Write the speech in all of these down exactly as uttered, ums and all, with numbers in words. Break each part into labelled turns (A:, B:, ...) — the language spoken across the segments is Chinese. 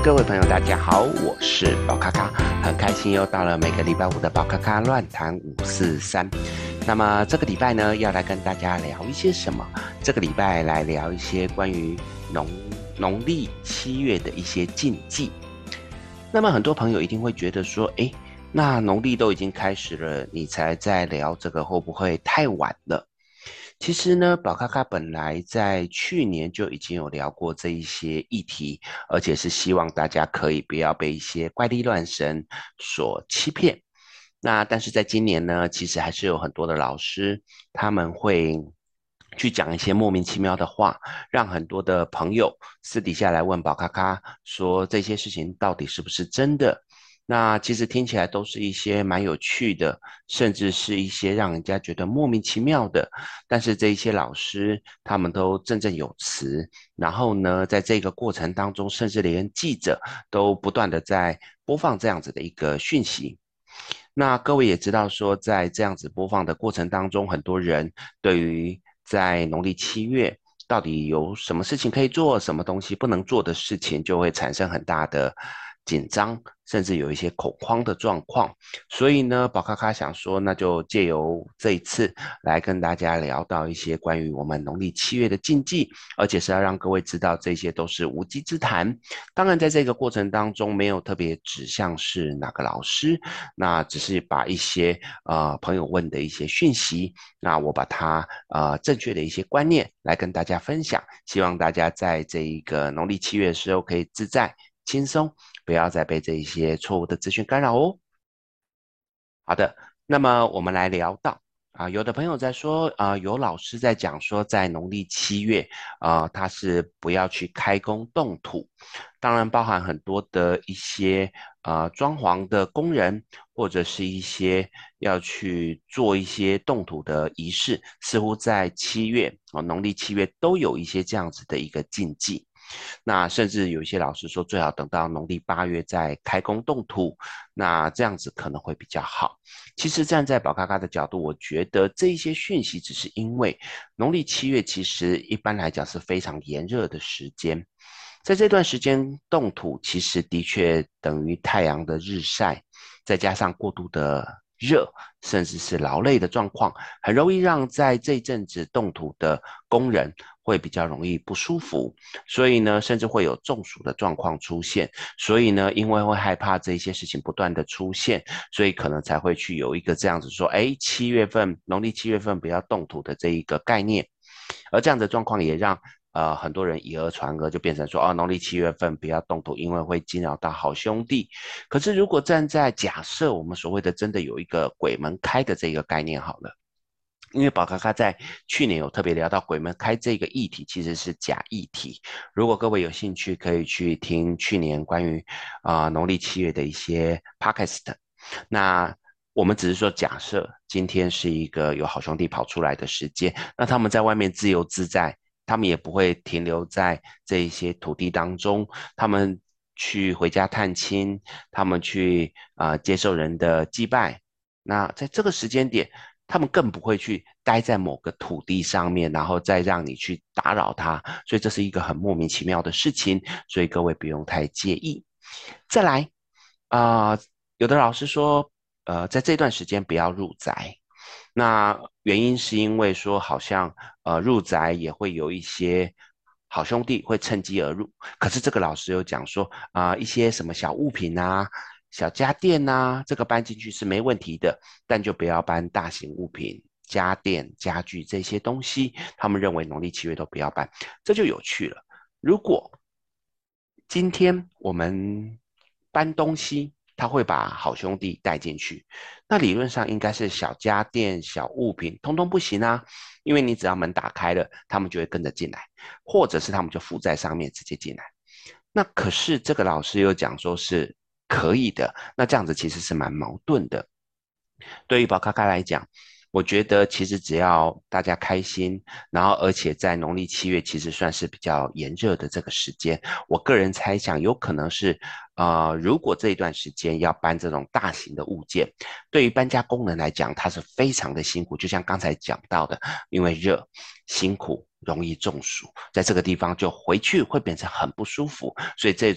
A: 各位朋友，大家好，我是宝咖咖，很开心又到了每个礼拜五的宝咖咖乱谈五四三。那么这个礼拜呢，要来跟大家聊一些什么？这个礼拜来聊一些关于农农历七月的一些禁忌。那么很多朋友一定会觉得说，诶，那农历都已经开始了，你才在聊这个，会不会太晚了？其实呢，宝咖咖本来在去年就已经有聊过这一些议题，而且是希望大家可以不要被一些怪力乱神所欺骗。那但是在今年呢，其实还是有很多的老师，他们会去讲一些莫名其妙的话，让很多的朋友私底下来问宝咖咖说这些事情到底是不是真的。那其实听起来都是一些蛮有趣的，甚至是一些让人家觉得莫名其妙的。但是这一些老师他们都振振有词，然后呢，在这个过程当中，甚至连记者都不断的在播放这样子的一个讯息。那各位也知道说，在这样子播放的过程当中，很多人对于在农历七月到底有什么事情可以做，什么东西不能做的事情，就会产生很大的紧张，甚至有一些恐慌的状况。所以呢，宝咖咖想说，那就借由这一次来跟大家聊到一些关于我们农历七月的禁忌，而且是要让各位知道这些都是无稽之谈。当然，在这个过程当中，没有特别指向是哪个老师，那只是把一些呃朋友问的一些讯息，那我把它呃正确的一些观念来跟大家分享，希望大家在这一个农历七月的时候可以自在轻松，不要再被这一些错误的资讯干扰哦。好的，那么我们来聊到啊，有的朋友在说啊，有老师在讲说，在农历七月啊，他是不要去开工动土，当然包含很多的一些呃装潢的工人，或者是一些要去做一些动土的仪式，似乎在七月啊，农历七月都有一些这样子的一个禁忌。那甚至有一些老师说，最好等到农历八月再开工动土，那这样子可能会比较好。其实站在宝咖咖的角度，我觉得这一些讯息只是因为农历七月其实一般来讲是非常炎热的时间，在这段时间动土，其实的确等于太阳的日晒，再加上过度的热，甚至是劳累的状况，很容易让在这阵子动土的工人会比较容易不舒服，所以呢，甚至会有中暑的状况出现。所以呢，因为会害怕这些事情不断的出现，所以可能才会去有一个这样子说，哎，七月份，农历七月份不要动土的这一个概念。而这样的状况也让呃很多人以讹传讹，就变成说哦，农历七月份不要动土，因为会惊扰到好兄弟。可是如果站在假设我们所谓的真的有一个鬼门开的这个概念好了。因为宝咖咖在去年有特别聊到鬼门开这个议题，其实是假议题。如果各位有兴趣，可以去听去年关于啊、呃、农历七月的一些 podcast。那我们只是说，假设今天是一个有好兄弟跑出来的时间，那他们在外面自由自在，他们也不会停留在这一些土地当中，他们去回家探亲，他们去啊、呃接受人的祭拜。那在这个时间点，他们更不会去待在某个土地上面，然后再让你去打扰他，所以这是一个很莫名其妙的事情，所以各位不用太介意。再来，啊、呃有的老师说，呃，在这段时间不要入宅，那原因是因为说好像呃入宅也会有一些好兄弟会趁机而入，可是这个老师有讲说啊、呃一些什么小物品啊、小家电啊，这个搬进去是没问题的，但就不要搬大型物品。家电、家具这些东西，他们认为农历七月都不要搬，这就有趣了。如果今天我们搬东西，他会把好兄弟带进去，那理论上应该是小家电、小物品，通通不行啊，因为你只要门打开了，他们就会跟着进来，或者是他们就附在上面直接进来。那可是这个老师又讲说是可以的，那这样子其实是蛮矛盾的。对于宝咖咖来讲，我觉得其实只要大家开心，然后而且在农历七月其实算是比较炎热的这个时间，我个人猜想有可能是，呃，如果这一段时间要搬这种大型的物件，对于搬家工人来讲，他是非常的辛苦，就像刚才讲到的，因为热辛苦。容易中暑，在这个地方就回去会变成很不舒服，所以这种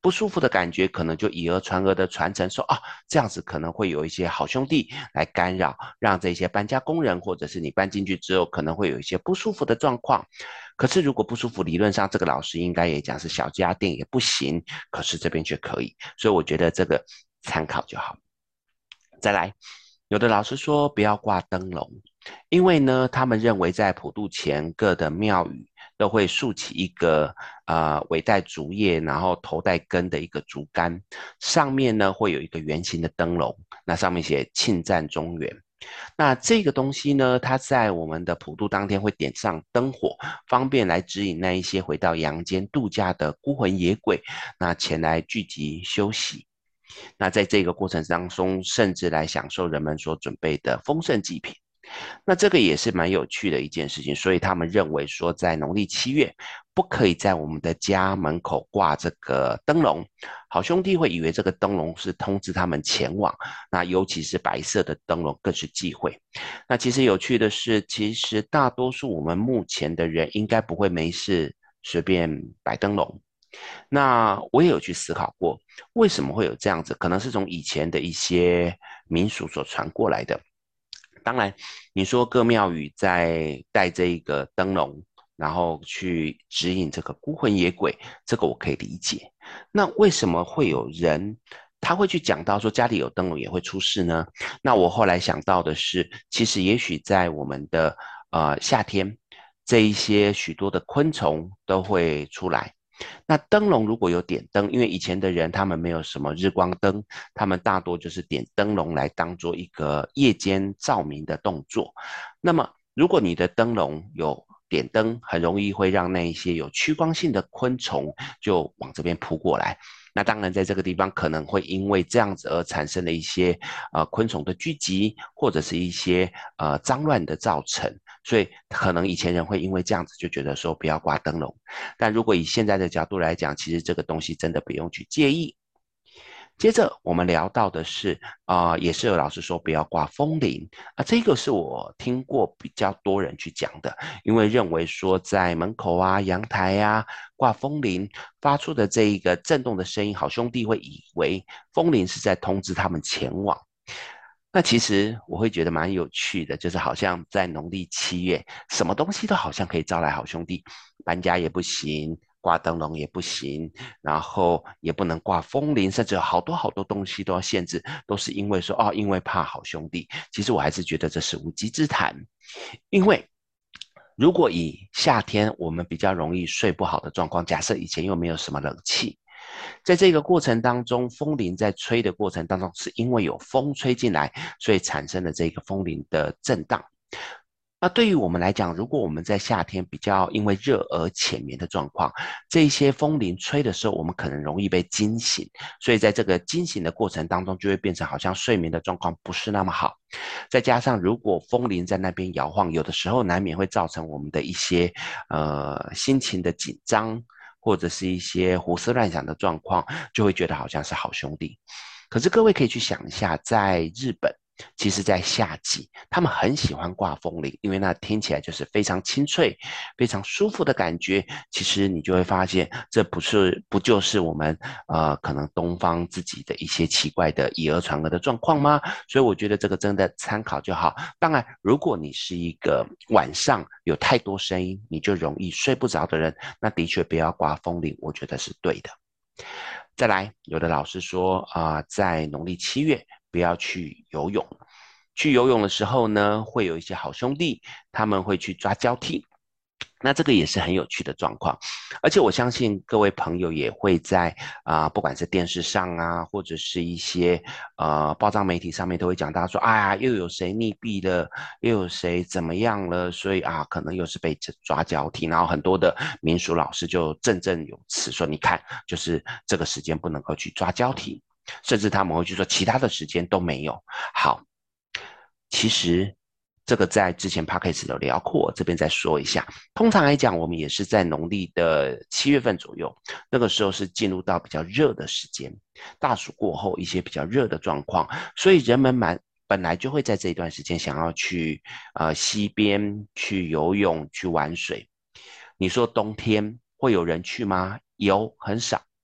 A: 不舒服的感觉可能就以讹传讹的传承说啊，这样子可能会有一些好兄弟来干扰，让这些搬家工人或者是你搬进去之后可能会有一些不舒服的状况。可是如果不舒服，理论上这个老师应该也讲是小家电也不行，可是这边却可以，所以我觉得这个参考就好。再来，有的老师说不要挂灯笼，因为呢，他们认为在普渡前各的庙宇都会竖起一个呃尾带竹叶，然后头带根的一个竹竿，上面呢会有一个圆形的灯笼，那上面写庆赞中原。那这个东西呢，它在我们的普渡当天会点上灯火，方便来指引那一些回到阳间度假的孤魂野鬼，那前来聚集休息。那在这个过程当中，甚至来享受人们所准备的丰盛祭品。那这个也是蛮有趣的一件事情，所以他们认为说，在农历七月不可以在我们的家门口挂这个灯笼，好兄弟会以为这个灯笼是通知他们前往，那尤其是白色的灯笼更是忌讳。那其实有趣的是，其实大多数我们目前的人应该不会没事随便摆灯笼。那我也有去思考过，为什么会有这样子？可能是从以前的一些民俗所传过来的。当然，你说各庙宇在带这一个灯笼，然后去指引这个孤魂野鬼，这个我可以理解。那为什么会有人他会去讲到说家里有灯笼也会出事呢？那我后来想到的是，其实也许在我们的呃夏天，这一些许多的昆虫都会出来。那灯笼如果有点灯，因为以前的人他们没有什么日光灯，他们大多就是点灯笼来当做一个夜间照明的动作。那么如果你的灯笼有点灯，很容易会让那一些有趋光性的昆虫就往这边扑过来。那当然，在这个地方可能会因为这样子而产生了一些呃昆虫的聚集，或者是一些呃脏乱的造成。所以可能以前人会因为这样子就觉得说不要挂灯笼，但如果以现在的角度来讲，其实这个东西真的不用去介意。接着我们聊到的是，啊、呃，也是有老师说不要挂风铃啊，这个是我听过比较多人去讲的，因为认为说在门口啊、阳台啊挂风铃发出的这一个震动的声音，好兄弟会以为风铃是在通知他们前往。那其实我会觉得蛮有趣的，就是好像在农历七月，什么东西都好像可以招来好兄弟，搬家也不行，挂灯笼也不行，然后也不能挂风铃，甚至有好多好多东西都要限制，都是因为说哦，因为怕好兄弟。其实我还是觉得这是无稽之谈，因为如果以夏天我们比较容易睡不好的状况，假设以前又没有什么冷气。在这个过程当中，风铃在吹的过程当中，是因为有风吹进来，所以产生了这个风铃的震荡。那对于我们来讲，如果我们在夏天比较因为热而浅眠的状况，这些风铃吹的时候，我们可能容易被惊醒，所以在这个惊醒的过程当中，就会变成好像睡眠的状况不是那么好。再加上如果风铃在那边摇晃，有的时候难免会造成我们的一些呃心情的紧张，或者是一些胡思乱想的状况，就会觉得好像是好兄弟。可是各位可以去想一下，在日本，其实在夏季，他们很喜欢挂风铃，因为那听起来就是非常清脆、非常舒服的感觉。其实你就会发现，这不是不就是我们呃可能东方自己的一些奇怪的以讹传讹的状况吗？所以我觉得这个真的参考就好。当然，如果你是一个晚上有太多声音，你就容易睡不着的人，那的确不要挂风铃，我觉得是对的。再来，有的老师说啊、呃，在农历七月不要去游泳。去游泳的时候呢，会有一些好兄弟，他们会去抓交替。那这个也是很有趣的状况，而且我相信各位朋友也会在啊、呃，不管是电视上啊，或者是一些呃报章媒体上面都会讲到说，哎呀，又有谁溺毙了，又有谁怎么样了，所以啊，可能又是被抓交替，然后很多的民俗老师就振振有词说，你看，就是这个时间不能够去抓交替，甚至他们会去说其他的时间都没有。好，其实这个在之前 podcast 有聊过，这边再说一下。通常来讲，我们也是在农历的七月份左右，那个时候是进入到比较热的时间，大暑过后一些比较热的状况，所以人们蛮本来就会在这一段时间想要去呃溪边去游泳、去玩水。你说冬天会有人去吗？有，很少。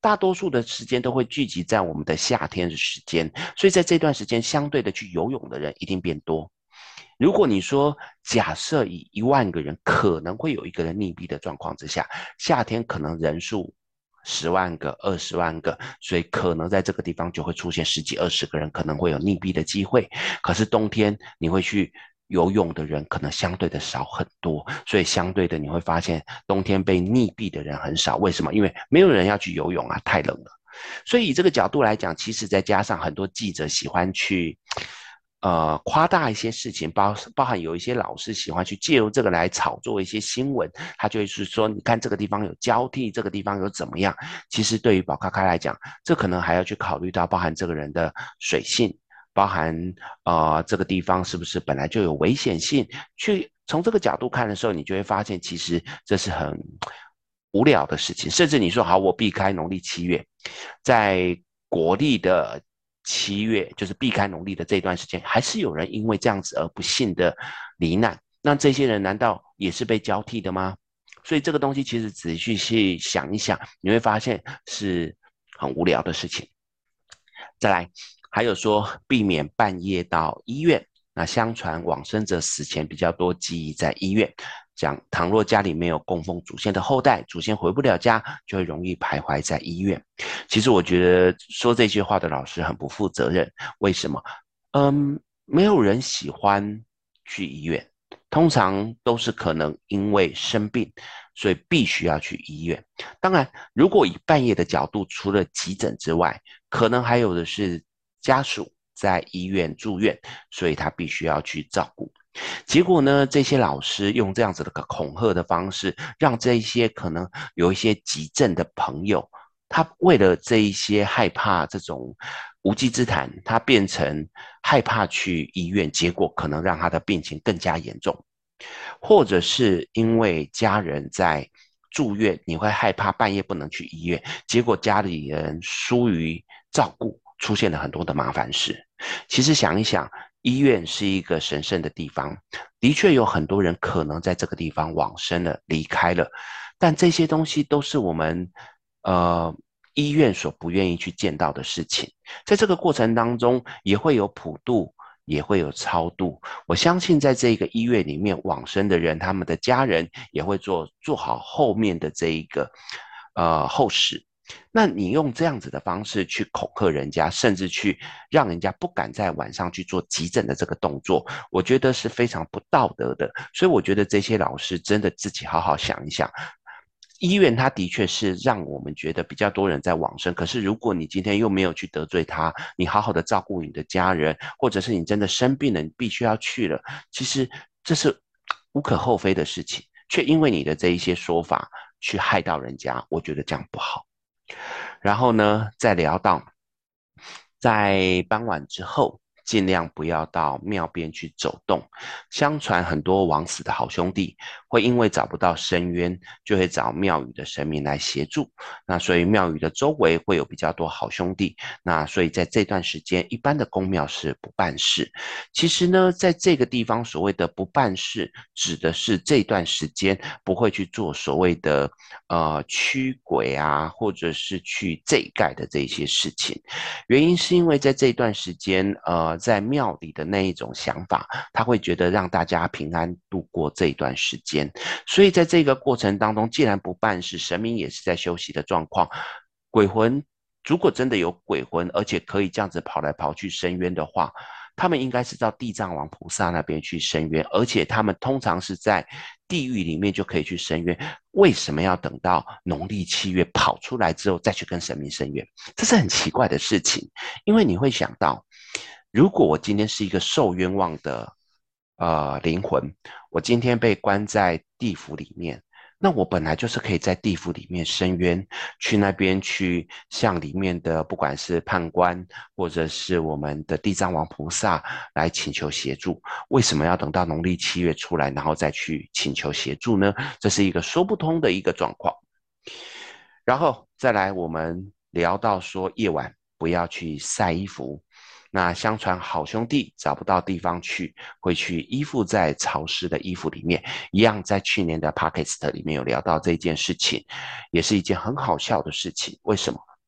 A: 大多数的时间都会聚集在我们的夏天的时间，所以在这段时间相对的去游泳的人一定变多。如果你说假设以一万个人可能会有一个人溺毙的状况之下，夏天可能人数十万个、二十万个，所以可能在这个地方就会出现十几、二十个人可能会有溺毙的机会。可是冬天你会去游泳的人可能相对的少很多，所以相对的你会发现冬天被溺毙的人很少。为什么？因为没有人要去游泳啊，太冷了。所以以这个角度来讲，其实再加上很多记者喜欢去呃夸大一些事情，包包含有一些老师喜欢去借由这个来炒作一些新闻，他就会是说，你看这个地方有交替，这个地方有怎么样。其实对于宝咖咖来讲，这可能还要去考虑到包含这个人的水性，包含呃这个地方是不是本来就有危险性，去从这个角度看的时候，你就会发现其实这是很无聊的事情。甚至你说好，我避开农历七月，在国历的七月，就是避开农历的这段时间，还是有人因为这样子而不幸的罹难。那这些人难道也是被交替的吗？所以这个东西其实仔细去想一想，你会发现是很无聊的事情。再来，还有说避免半夜到医院。那相传往生者死前比较多记忆在医院，讲倘若家里没有供奉祖先的后代，祖先回不了家，就会容易徘徊在医院。其实我觉得说这句话的老师很不负责任。为什么？嗯，没有人喜欢去医院，通常都是可能因为生病，所以必须要去医院。当然，如果以半夜的角度，除了急诊之外，可能还有的是家属在医院住院，所以他必须要去照顾。结果呢，这些老师用这样子的个恐吓的方式，让这一些可能有一些急症的朋友，他为了这一些害怕这种无稽之谈，他变成害怕去医院，结果可能让他的病情更加严重。或者是因为家人在住院，你会害怕半夜不能去医院，结果家里人疏于照顾，出现了很多的麻烦事。其实想一想，医院是一个神圣的地方，的确有很多人可能在这个地方往生了，离开了，但这些东西都是我们呃医院所不愿意去见到的事情。在这个过程当中，也会有普渡，也会有超度。我相信在这个医院里面往生的人，他们的家人也会做做好后面的这一个呃后事。那你用这样子的方式去恐吓人家，甚至去让人家不敢在晚上去做急诊的这个动作，我觉得是非常不道德的。所以我觉得这些老师真的自己好好想一想。医院它的确是让我们觉得比较多人在往生，可是如果你今天又没有去得罪他，你好好的照顾你的家人，或者是你真的生病了，你必须要去了，其实这是无可厚非的事情，却因为你的这一些说法去害到人家，我觉得这样不好。然后呢，再聊到在傍晚之后，尽量不要到庙边去走动。相传很多枉死的好兄弟会因为找不到深渊，就会找庙宇的神明来协助。那所以庙宇的周围会有比较多好兄弟。那所以在这段时间，一般的公庙是不办事。其实呢，在这个地方所谓的不办事，指的是这段时间不会去做所谓的呃驱鬼啊，或者是去这盖的这些事情。原因是因为在这段时间，呃，在庙里的那一种想法，他会觉得让大家平安度过这一段时间，所以在这个过程当中，既然不办事，神明也是在休息的状况，鬼魂如果真的有鬼魂，而且可以这样子跑来跑去深渊的话，他们应该是到地藏王菩萨那边去深渊，而且他们通常是在地狱里面就可以去深渊，为什么要等到农历七月跑出来之后再去跟神明申冤？这是很奇怪的事情，因为你会想到，如果我今天是一个受冤枉的呃灵魂，我今天被关在地府里面，那我本来就是可以在地府里面申冤，去那边去向里面的不管是判官或者是我们的地藏王菩萨来请求协助。为什么要等到农历七月出来，然后再去请求协助呢？这是一个说不通的一个状况。然后再来，我们聊到说夜晚不要去晒衣服。那相传好兄弟找不到地方去，会去依附在潮湿的衣服里面。一样在去年的 Podcast 里面有聊到这件事情，也是一件很好笑的事情。为什么？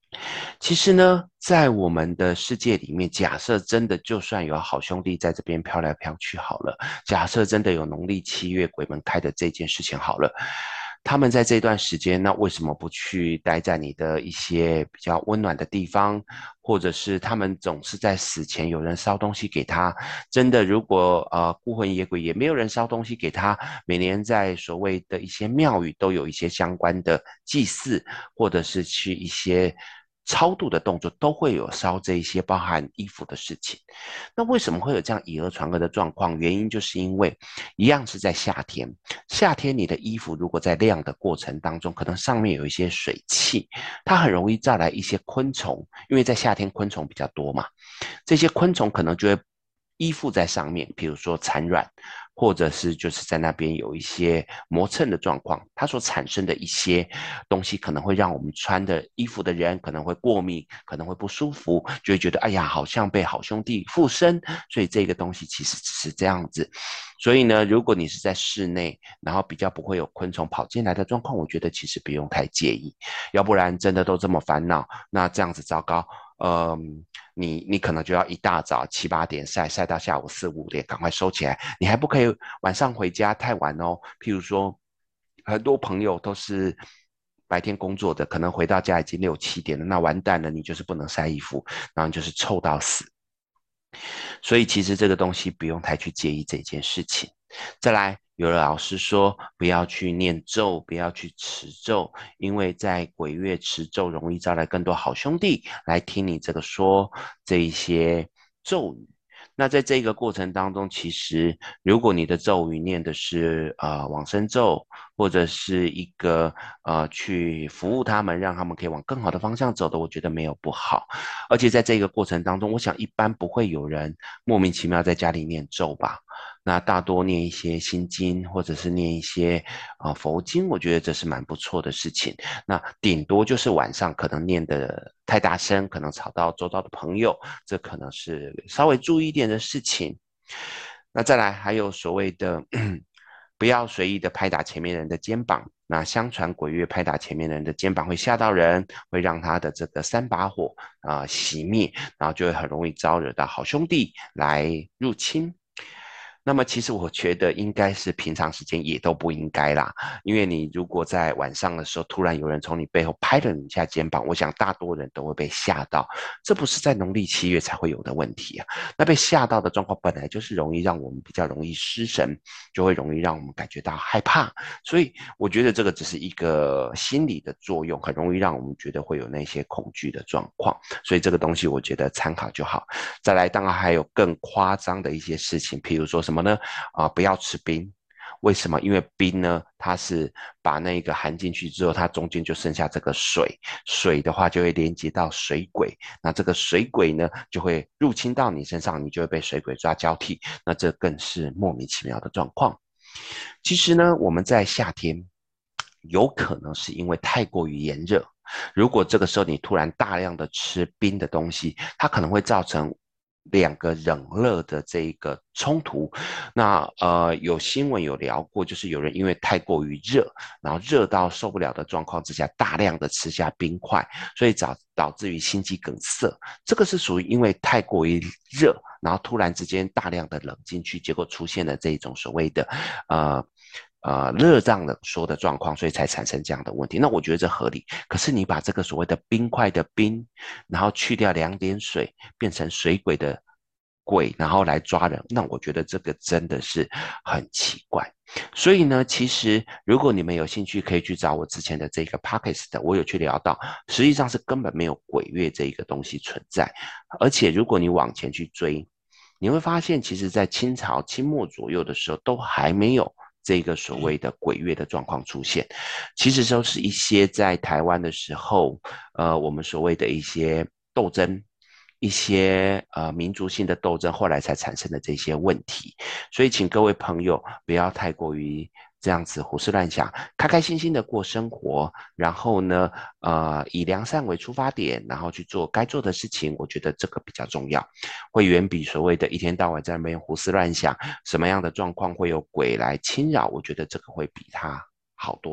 A: 其实呢，在我们的世界里面，假设真的就算有好兄弟在这边飘来飘去好了，假设真的有农历七月鬼门开的这件事情好了，他们在这段时间，那为什么不去待在你的一些比较温暖的地方，或者是他们总是在死前有人烧东西给他？真的，如果呃孤魂野鬼也没有人烧东西给他，每年在所谓的一些庙宇都有一些相关的祭祀，或者是去一些超度的动作，都会有烧这一些包含衣服的事情。那为什么会有这样以讹传讹的状况？原因就是因为一样是在夏天，夏天你的衣服如果在晾的过程当中，可能上面有一些水汽，它很容易招来一些昆虫，因为在夏天昆虫比较多嘛，这些昆虫可能就会依附在上面，比如说产卵，或者是就是在那边有一些磨蹭的状况，它所产生的一些东西，可能会让我们穿的衣服的人可能会过敏，可能会不舒服，就会觉得哎呀，好像被好兄弟附身，所以这个东西其实只是这样子。所以呢，如果你是在室内，然后比较不会有昆虫跑进来的状况，我觉得其实不用太介意，要不然真的都这么烦恼，那这样子糟糕。嗯，你你可能就要一大早七八点晒，晒到下午四五点，赶快收起来。你还不可以晚上回家太晚哦。譬如说，很多朋友都是白天工作的，可能回到家已经六七点了，那完蛋了，你就是不能晒衣服，然后你就是臭到死。所以其实这个东西不用太去介意这件事情。再来，有的老师说不要去念咒，不要去持咒，因为在鬼月持咒容易招来更多好兄弟来听你这个说这一些咒语。那在这个过程当中，其实如果你的咒语念的是呃往生咒，或者是一个呃去服务他们，让他们可以往更好的方向走的，我觉得没有不好。而且在这个过程当中，我想一般不会有人莫名其妙在家里念咒吧。那大多念一些心经，或者是念一些啊、呃佛经，我觉得这是蛮不错的事情。那顶多就是晚上可能念的太大声，可能吵到周遭的朋友，这可能是稍微注意一点的事情。那再来还有所谓的不要随意的拍打前面人的肩膀。那相传鬼月拍打前面人的肩膀会吓到人，会让他的这个三把火啊、呃熄灭，然后就会很容易招惹到好兄弟来入侵。那么其实我觉得应该是平常时间也都不应该啦，因为你如果在晚上的时候突然有人从你背后拍了你一下肩膀，我想大多人都会被吓到，这不是在农历七月才会有的问题啊。那被吓到的状况本来就是容易让我们比较容易失神，就会容易让我们感觉到害怕，所以我觉得这个只是一个心理的作用，很容易让我们觉得会有那些恐惧的状况，所以这个东西我觉得参考就好。再来，当然还有更夸张的一些事情，譬如说什么呢？啊、呃不要吃冰。为什么？因为冰呢，它是把那个含进去之后，它中间就剩下这个水，水的话就会连接到水鬼，那这个水鬼呢就会入侵到你身上，你就会被水鬼抓交替，那这更是莫名其妙的状况。其实呢，我们在夏天有可能是因为太过于炎热，如果这个时候你突然大量的吃冰的东西，它可能会造成两个冷热的这一个冲突。那呃，有新闻有聊过，就是有人因为太过于热，然后热到受不了的状况之下，大量的吃下冰块，所以导导致于心肌梗塞。这个是属于因为太过于热，然后突然之间大量的冷进去，结果出现了这种所谓的呃。呃，热胀冷缩的状况，所以才产生这样的问题。那我觉得这合理。可是你把这个所谓的冰块的冰，然后去掉两点水，变成水鬼的鬼，然后来抓人，那我觉得这个真的是很奇怪。所以呢，其实如果你们有兴趣，可以去找我之前的这个 podcast，我有去聊到，实际上是根本没有鬼月这一个东西存在。而且如果你往前去追，你会发现，其实在清朝清末左右的时候，都还没有这个所谓的鬼月的状况出现，其实都是一些在台湾的时候，呃，我们所谓的一些斗争。一些呃民族性的斗争，后来才产生的这些问题，所以请各位朋友不要太过于这样子胡思乱想，开开心心的过生活，然后呢，呃，以良善为出发点，然后去做该做的事情，我觉得这个比较重要，会远比所谓的一天到晚在那边胡思乱想，什么样的状况会有鬼来侵扰，我觉得这个会比它好多了。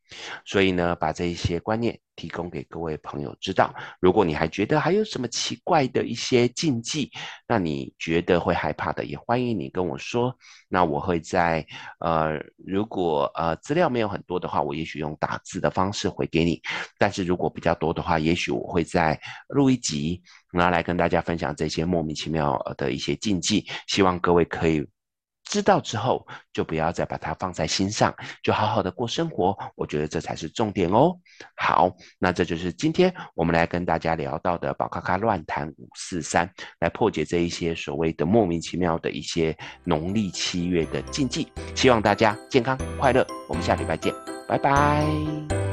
A: 所以呢，把这一些观念提供给各位朋友知道。如果你还觉得还有什么奇怪的一些禁忌，那你觉得会害怕的，也欢迎你跟我说。那我会在呃，如果呃资料没有很多的话，我也许用打字的方式回给你。但是如果比较多的话，也许我会再录一集，拿来跟大家分享这些莫名其妙的一些禁忌。希望各位可以知道之后，就不要再把它放在心上，就好好的过生活。我觉得这才是重点哦。好，那这就是今天我们来跟大家聊到的宝咖咖乱谈五四三，来破解这一些所谓的莫名其妙的一些农历七月的禁忌。希望大家健康快乐，我们下礼拜见，拜拜。